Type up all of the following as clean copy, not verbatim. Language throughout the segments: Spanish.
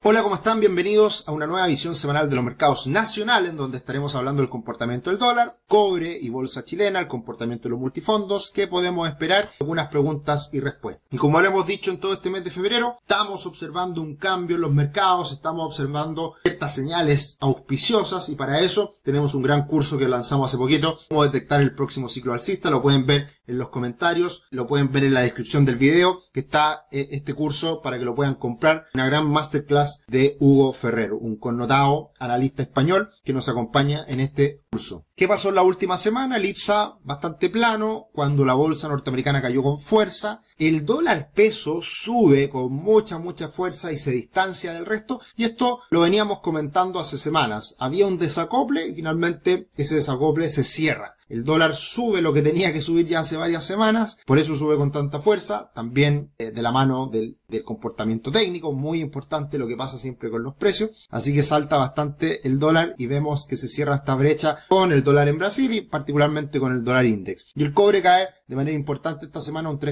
Hola, ¿cómo están? Bienvenidos a una nueva visión semanal de los mercados nacionales, en donde estaremos hablando del comportamiento del dólar, cobre y bolsa chilena, el comportamiento de los multifondos, qué podemos esperar, algunas preguntas y respuestas. Y como lo hemos dicho en todo este mes de febrero, estamos observando un cambio en los mercados, estamos observando ciertas señales auspiciosas y para eso tenemos un gran curso que lanzamos hace poquito, cómo detectar el próximo ciclo alcista. Lo pueden ver en los comentarios, lo pueden ver en la descripción del video, que está este curso para que lo puedan comprar. Una gran masterclass de Hugo Ferrero, un connotado analista español que nos acompaña en este curso. ¿Qué pasó en la última semana? El IPSA bastante plano, cuando la bolsa norteamericana cayó con fuerza, el dólar peso sube con mucha fuerza y se distancia del resto, y esto lo veníamos comentando hace semanas. Había un desacople y finalmente ese desacople se cierra. El dólar sube lo que tenía que subir ya hace varias semanas, por eso sube con tanta fuerza, también de la mano del comportamiento técnico, muy importante lo que pasa siempre con los precios, así que salta bastante el dólar y vemos que se cierra esta brecha con el dólar en Brasil y particularmente con el dólar index. Y el cobre cae de manera importante esta semana un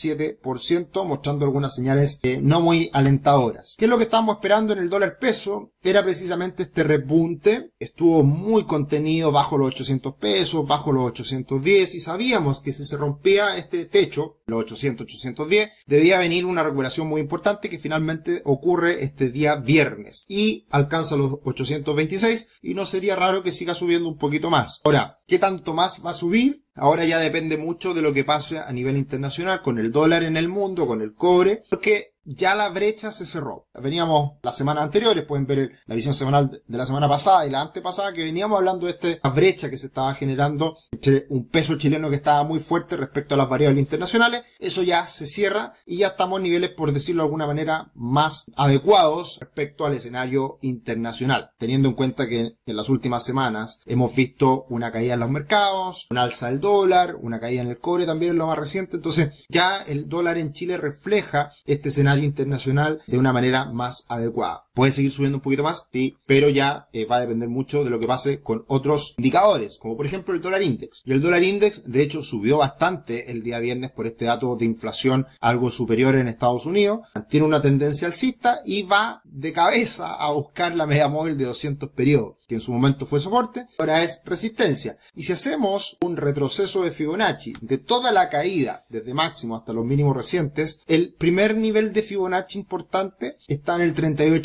3,7%, mostrando algunas señales no muy alentadoras. ¿Qué es lo que estábamos esperando en el dólar peso? Era precisamente este repunte, estuvo muy contenido bajo los 800 pesos, bajo los 810 y sabíamos que si se rompía este techo, los 800, 810, debía venir una recuperación muy importante que finalmente ocurre este día viernes y alcanza los 826 y no sería raro que siga subiendo un poquito más. Ahora, ¿qué tanto más va a subir? Ahora ya depende mucho de lo que pase a nivel internacional con el dólar en el mundo, con el cobre, porque ya la brecha se cerró. Veníamos las semanas anteriores, pueden ver la visión semanal de la semana pasada y la antepasada, que veníamos hablando de esta brecha que se estaba generando entre un peso chileno que estaba muy fuerte respecto a las variables internacionales. Eso ya se cierra y ya estamos en niveles, por decirlo de alguna manera, más adecuados respecto al escenario internacional, teniendo en cuenta que en las últimas semanas hemos visto una caída en los mercados, un alza del dólar, una caída en el cobre también en lo más reciente. Entonces ya el dólar en Chile refleja este escenario internacional de una manera más adecuada. Puede seguir subiendo un poquito más, sí, pero ya va a depender mucho de lo que pase con otros indicadores, como por ejemplo el dólar index. Y el dólar index, de hecho, subió bastante el día viernes por este dato de inflación algo superior en Estados Unidos. Tiene una tendencia alcista y va de cabeza a buscar la media móvil de 200 periodos, que en su momento fue soporte, ahora es resistencia. Y si hacemos un retroceso de Fibonacci de toda la caída, desde máximo hasta los mínimos recientes, el primer nivel de Fibonacci importante está en el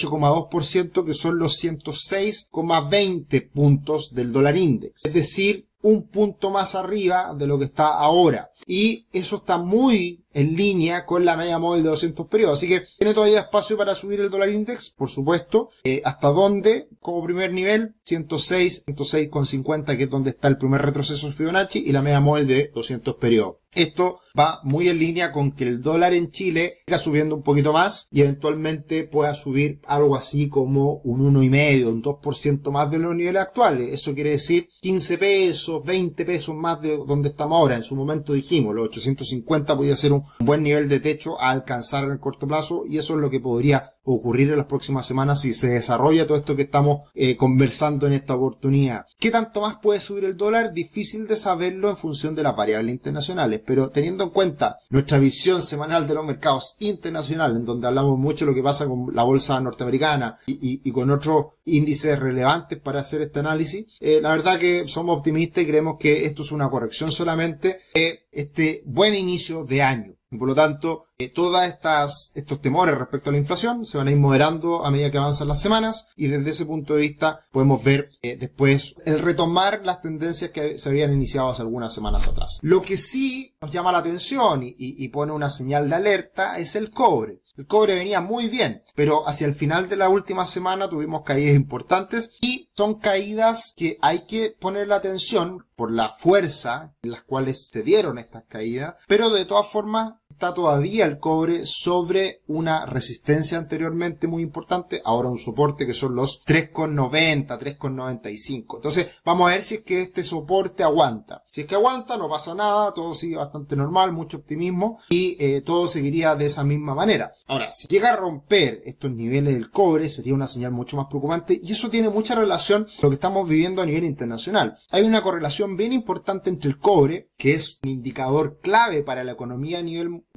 38,2%, que son los 106,20 puntos del dólar index. Es decir, un punto más arriba de lo que está ahora. Y eso está muy en línea con la media móvil de 200 periodos. Así que tiene todavía espacio para subir el dólar index, por supuesto. ¿Hasta dónde? Como primer nivel, 106, 106,50, que es donde está el primer retroceso de Fibonacci, y la media móvil de 200 periodos. Esto va muy en línea con que el dólar en Chile siga subiendo un poquito más y eventualmente pueda subir algo así como un 1,5, un 2% más de los niveles actuales. Eso quiere decir 15 pesos, 20 pesos más de donde estamos ahora. En su momento dijimos, los 850 podía ser un buen nivel de techo a alcanzar en el corto plazo, y eso es lo que podría ocurrir en las próximas semanas si se desarrolla todo esto que estamos conversando en esta oportunidad. ¿Qué tanto más puede subir el dólar? Difícil de saberlo en función de las variables internacionales, pero teniendo en cuenta nuestra visión semanal de los mercados internacionales, en donde hablamos mucho de lo que pasa con la bolsa norteamericana y con otros índices relevantes para hacer este análisis, la verdad que somos optimistas y creemos que esto es una corrección solamente de este buen inicio de año. Y por lo tanto, todos estos temores respecto a la inflación se van a ir moderando a medida que avanzan las semanas, y desde ese punto de vista podemos ver después el retomar las tendencias que se habían iniciado hace algunas semanas atrás. Lo que sí nos llama la atención y pone una señal de alerta es el cobre. El cobre venía muy bien, pero hacia el final de la última semana tuvimos caídas importantes y son caídas que hay que poner la atención por la fuerza en las cuales se dieron estas caídas, pero de todas formas está todavía el cobre sobre una resistencia anteriormente muy importante, ahora un soporte que son los 3,90, 3,95. Entonces vamos a ver si es que este soporte aguanta. Si es que aguanta, no pasa nada, todo sigue bastante normal, mucho optimismo y todo seguiría de esa misma manera. Ahora, si llega a romper estos niveles del cobre, sería una señal mucho más preocupante, y eso tiene mucha relación con lo que estamos viviendo a nivel internacional. Hay una correlación bien importante entre el cobre, que es un indicador clave para la economía a nivel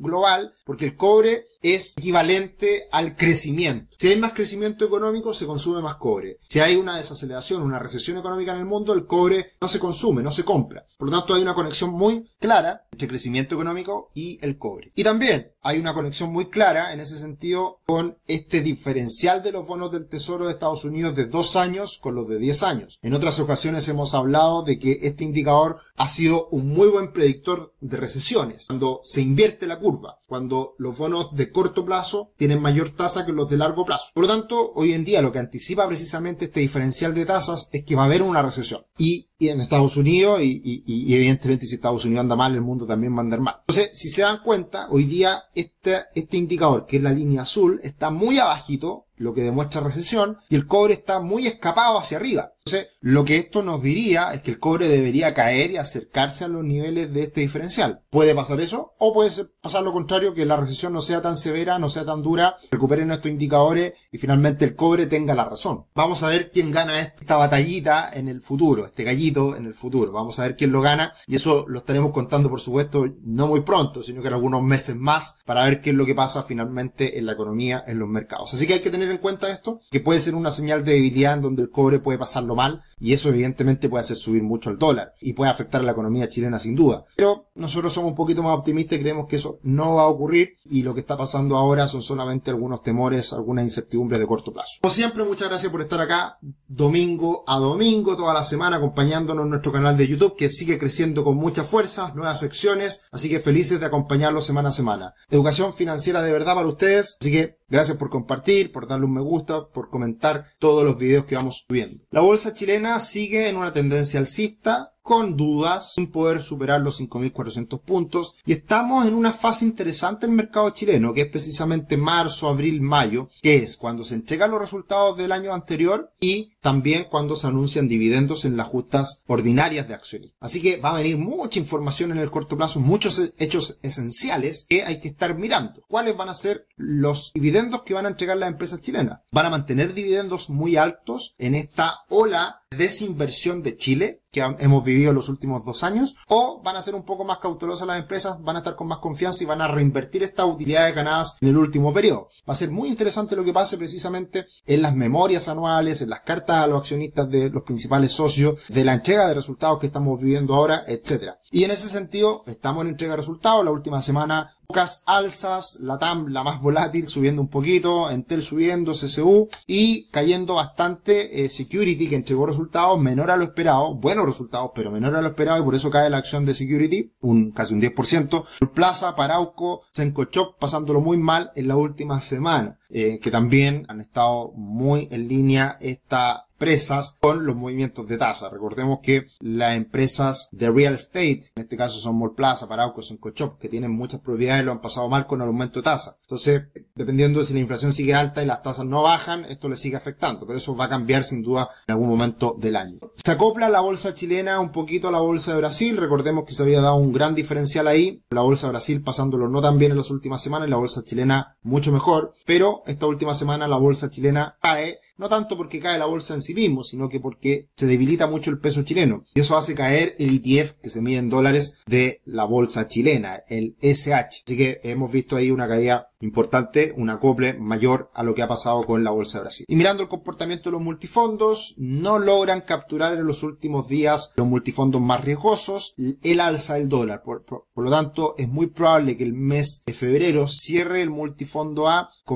global, porque el cobre es equivalente al crecimiento. Si hay más crecimiento económico, se consume más cobre. Si hay una desaceleración, una recesión económica en el mundo, el cobre no se consume, no se compra. Por lo tanto, hay una conexión muy clara entre crecimiento económico y el cobre. Y también hay una conexión muy clara en ese sentido con este diferencial de los bonos del Tesoro de Estados Unidos de 2 años con los de 10 años. En otras ocasiones hemos hablado de que este indicador ha sido un muy buen predictor de recesiones. Cuando se invierte la curva, cuando los bonos de corto plazo tienen mayor tasa que los de largo plazo. Por lo tanto, hoy en día lo que anticipa precisamente este diferencial de tasas es que va a haber una recesión. Y en Estados Unidos, y evidentemente si Estados Unidos anda mal, el mundo también va a andar mal. Entonces, si se dan cuenta, hoy día este indicador, que es la línea azul, está muy abajito, lo que demuestra recesión, y el cobre está muy escapado hacia arriba. Entonces, lo que esto nos diría es que el cobre debería caer y acercarse a los niveles de este diferencial. ¿Puede pasar eso? O puede pasar lo contrario, que la recesión no sea tan severa, no sea tan dura, recuperen nuestros indicadores y finalmente el cobre tenga la razón. Vamos a ver quién gana esta batallita en el futuro, este gallito en el futuro. Vamos a ver quién lo gana y eso lo estaremos contando, por supuesto, no muy pronto, sino que en algunos meses más para ver qué es lo que pasa finalmente en la economía, en los mercados. Así que hay que tener en cuenta esto, que puede ser una señal de debilidad en donde el cobre puede pasarlo mal y eso evidentemente puede hacer subir mucho el dólar y puede afectar a la economía chilena sin duda. Pero nosotros somos un poquito más optimistas y creemos que eso no va a ocurrir y lo que está pasando ahora son solamente algunos temores, algunas incertidumbres de corto plazo. Como siempre, muchas gracias por estar acá domingo a domingo, toda la semana acompañándonos en nuestro canal de YouTube que sigue creciendo con mucha fuerza, nuevas secciones, así que felices de acompañarlos semana a semana. Educación financiera de verdad para ustedes, así que gracias por compartir, por darle un me gusta, por comentar todos los videos que vamos subiendo. La bolsa chilena sigue en una tendencia alcista, con dudas, sin poder superar los 5.400 puntos, y estamos en una fase interesante del mercado chileno, que es precisamente marzo, abril, mayo, que es cuando se entregan los resultados del año anterior y también cuando se anuncian dividendos en las justas ordinarias de acciones. Así que va a venir mucha información en el corto plazo, muchos hechos esenciales que hay que estar mirando. ¿Cuáles van a ser los dividendos que van a entregar las empresas chilenas? ¿Van a mantener dividendos muy altos en esta ola de desinversión de Chile que hemos vivido en los últimos 2 años? ¿O van a ser un poco más cautelosas las empresas, van a estar con más confianza y van a reinvertir estas utilidades ganadas en el último periodo? Va a ser muy interesante lo que pase precisamente en las memorias anuales, en las cartas a los accionistas de los principales socios, de la entrega de resultados que estamos viviendo ahora, etcétera. Y en ese sentido, estamos en entrega de resultados. La última semana, pocas alzas, la TAM, la más volátil, subiendo un poquito, Entel subiendo, CCU, y cayendo bastante Security, que entregó resultados menor a lo esperado, buenos resultados, pero menor a lo esperado, y por eso cae la acción de Security, casi un 10%. Plaza, Parauco, Sencochop, pasándolo muy mal en la última semana, que también han estado muy en línea empresas con los movimientos de tasa. Recordemos que las empresas de real estate, en este caso son Mallplaza, Parauco, Sencochop, que tienen muchas propiedades, lo han pasado mal con el aumento de tasa. Entonces, dependiendo de si la inflación sigue alta y las tasas no bajan, esto le sigue afectando, pero eso va a cambiar sin duda en algún momento del año. Se acopla la bolsa chilena un poquito a la bolsa de Brasil. Recordemos que se había dado un gran diferencial ahí, la bolsa de Brasil pasándolo no tan bien en las últimas semanas, y la bolsa chilena mucho mejor, pero esta última semana la bolsa chilena cae, no tanto porque cae la bolsa en sí mismo, sino que porque se debilita mucho el peso chileno. Y eso hace caer el ETF, que se mide en dólares, de la bolsa chilena, el SH. Así que hemos visto ahí una caída importante, un acople mayor a lo que ha pasado con la bolsa de Brasil. Y mirando el comportamiento de los multifondos, no logran capturar en los últimos días los multifondos más riesgosos el alza del dólar. Por lo tanto, es muy probable que el mes de febrero cierre el multifondo A con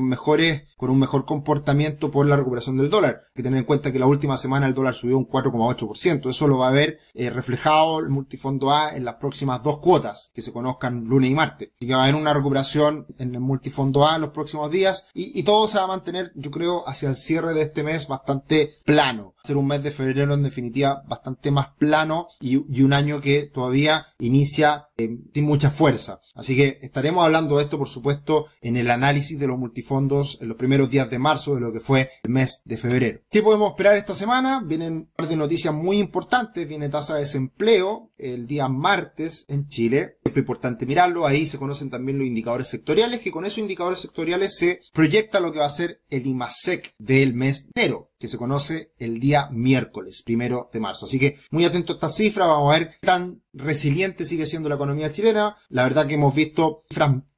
un mejor comportamiento por la recuperación del dólar. Hay que tener en cuenta que la última semana el dólar subió un 4,8%. Eso lo va a ver reflejado el multifondo A en las próximas 2 cuotas que se conozcan lunes y martes. Así que va a haber una recuperación en el multifondo A en los próximos días y todo se va a mantener, yo creo, hacia el cierre de este mes bastante plano. Va a ser un mes de febrero en definitiva bastante más plano y un año que todavía inicia sin mucha fuerza. Así que estaremos hablando de esto, por supuesto, en el análisis de los multifondos en los primeros días de marzo de lo que fue el mes de febrero. ¿Qué podemos esperar esta semana? Vienen un par de noticias muy importantes. Viene tasa de desempleo el día martes en Chile. Es importante mirarlo. Ahí se conocen también los indicadores sectoriales, que con esos indicadores sectoriales se proyecta lo que va a ser el IMASEC del mes de enero, que se conoce el día miércoles, 1 de marzo. Así que muy atento a esta cifra, vamos a ver qué tan resiliente sigue siendo la economía chilena. La verdad que hemos visto cifras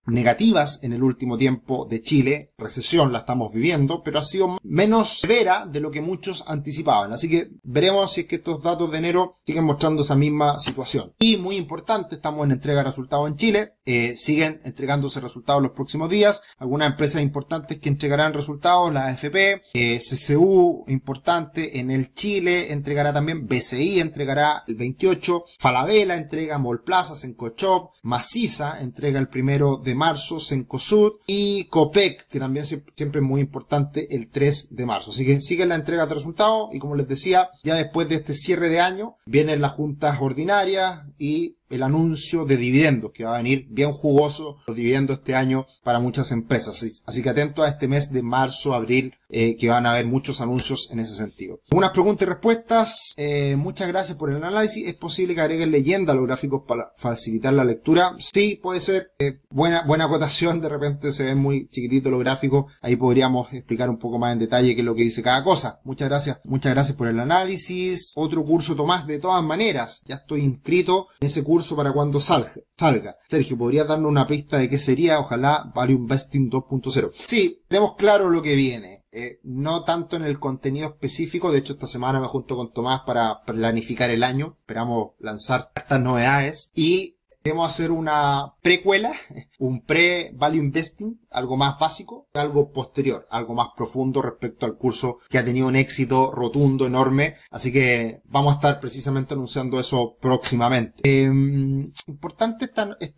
negativas en el último tiempo de Chile. Recesión la estamos viviendo, pero ha sido menos severa de lo que muchos anticipaban. Así que veremos si es que estos datos de enero siguen mostrando esa misma situación. Y muy importante, estamos en entrega de resultados en Chile. Siguen entregándose resultados los próximos días. Algunas empresas importantes que entregarán resultados, la AFP, CCU importante en el Chile entregará también, BCI entregará el 28, Falabella entrega, Mallplaza, Sencochop, Maciza entrega el 1 de marzo, Cencosud y Copec, que también siempre es muy importante, el 3 de marzo. Así que siguen la entrega de resultados y como les decía, ya después de este cierre de año vienen las juntas ordinarias y el anuncio de dividendos, que va a venir bien jugoso los dividendos este año para muchas empresas. Así que atento a este mes de marzo, abril, que van a haber muchos anuncios en ese sentido. Algunas preguntas y respuestas. Muchas gracias por el análisis. ¿Es posible que agreguen leyenda a los gráficos para facilitar la lectura? Sí, puede ser. Buena acotación. De repente se ven muy chiquititos los gráficos. Ahí podríamos explicar un poco más en detalle qué es lo que dice cada cosa. Muchas gracias por el análisis. Otro curso, Tomás, de todas maneras. Ya estoy inscrito en ese curso para cuando salga. Sergio, ¿podrías darnos una pista de qué sería? Ojalá Value Investing 2.0. Sí, tenemos claro lo que viene. No tanto en el contenido específico. De hecho, esta semana me junto con Tomás para planificar el año. Esperamos lanzar estas novedades y queremos hacer una precuela, un pre-value investing, algo más básico, algo posterior, algo más profundo respecto al curso que ha tenido un éxito rotundo, enorme. Así que vamos a estar precisamente anunciando eso próximamente. Importante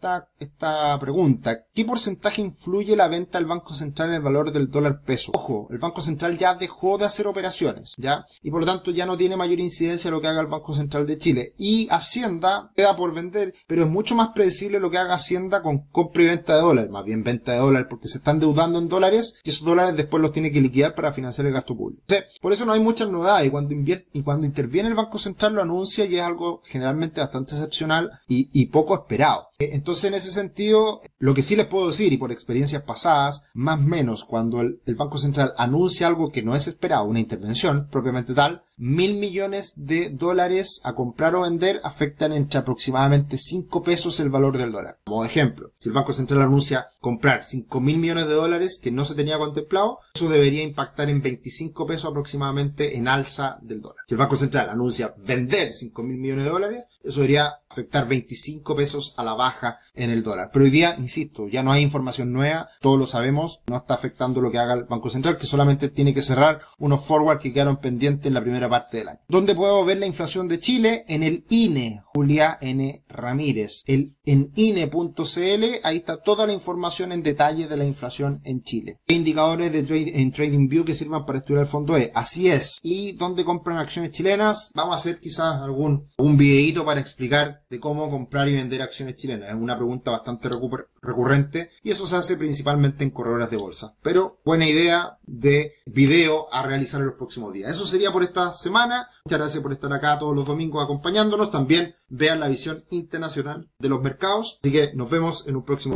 esta pregunta. ¿Qué porcentaje influye la venta del Banco Central en el valor del dólar peso? Ojo, el Banco Central ya dejó de hacer operaciones, ¿ya? Y por lo tanto ya no tiene mayor incidencia lo que haga el Banco Central de Chile. Y Hacienda queda por vender, pero es mucho más predecible lo que haga Hacienda con compra y venta de dólares, más bien venta de dólares, porque se están deudando en dólares y esos dólares después los tiene que liquidar para financiar el gasto público. O sea, por eso no hay muchas novedades y cuando interviene el Banco Central lo anuncia y es algo generalmente bastante excepcional y poco esperado. Entonces, en ese sentido, lo que sí les puedo decir, y por experiencias pasadas, más o menos, cuando el Banco Central anuncia algo que no es esperado, una intervención propiamente tal, 1.000 millones de dólares a comprar o vender afectan entre aproximadamente 5 pesos el valor del dólar. Como ejemplo, si el Banco Central anuncia comprar 5.000 millones de dólares que no se tenía contemplado, eso debería impactar en 25 pesos aproximadamente en alza del dólar. Si el Banco Central anuncia vender 5.000 millones de dólares, eso debería afectar 25 pesos a la baja en el dólar. Pero hoy día, insisto, ya no hay información nueva, todos lo sabemos, no está afectando lo que haga el Banco Central, que solamente tiene que cerrar unos forward que quedaron pendientes en la primera parte del año. ¿Dónde puedo ver la inflación de Chile? En el INE, Julia N. Ramírez. En INE.cl, ahí está toda la información en detalle de la inflación en Chile. Hay indicadores en TradingView que sirvan para estudiar el fondo E. Así es. ¿Y dónde compran acciones chilenas? Vamos a hacer quizás algún videíto para explicar de cómo comprar y vender acciones chilenas. Es una pregunta bastante recurrente y eso se hace principalmente en corredoras de bolsa. Pero buena idea de video a realizar en los próximos días. Eso sería por esta semana. Muchas gracias por estar acá todos los domingos acompañándonos. También vean la visión internacional de los mercados. Así que nos vemos en un próximo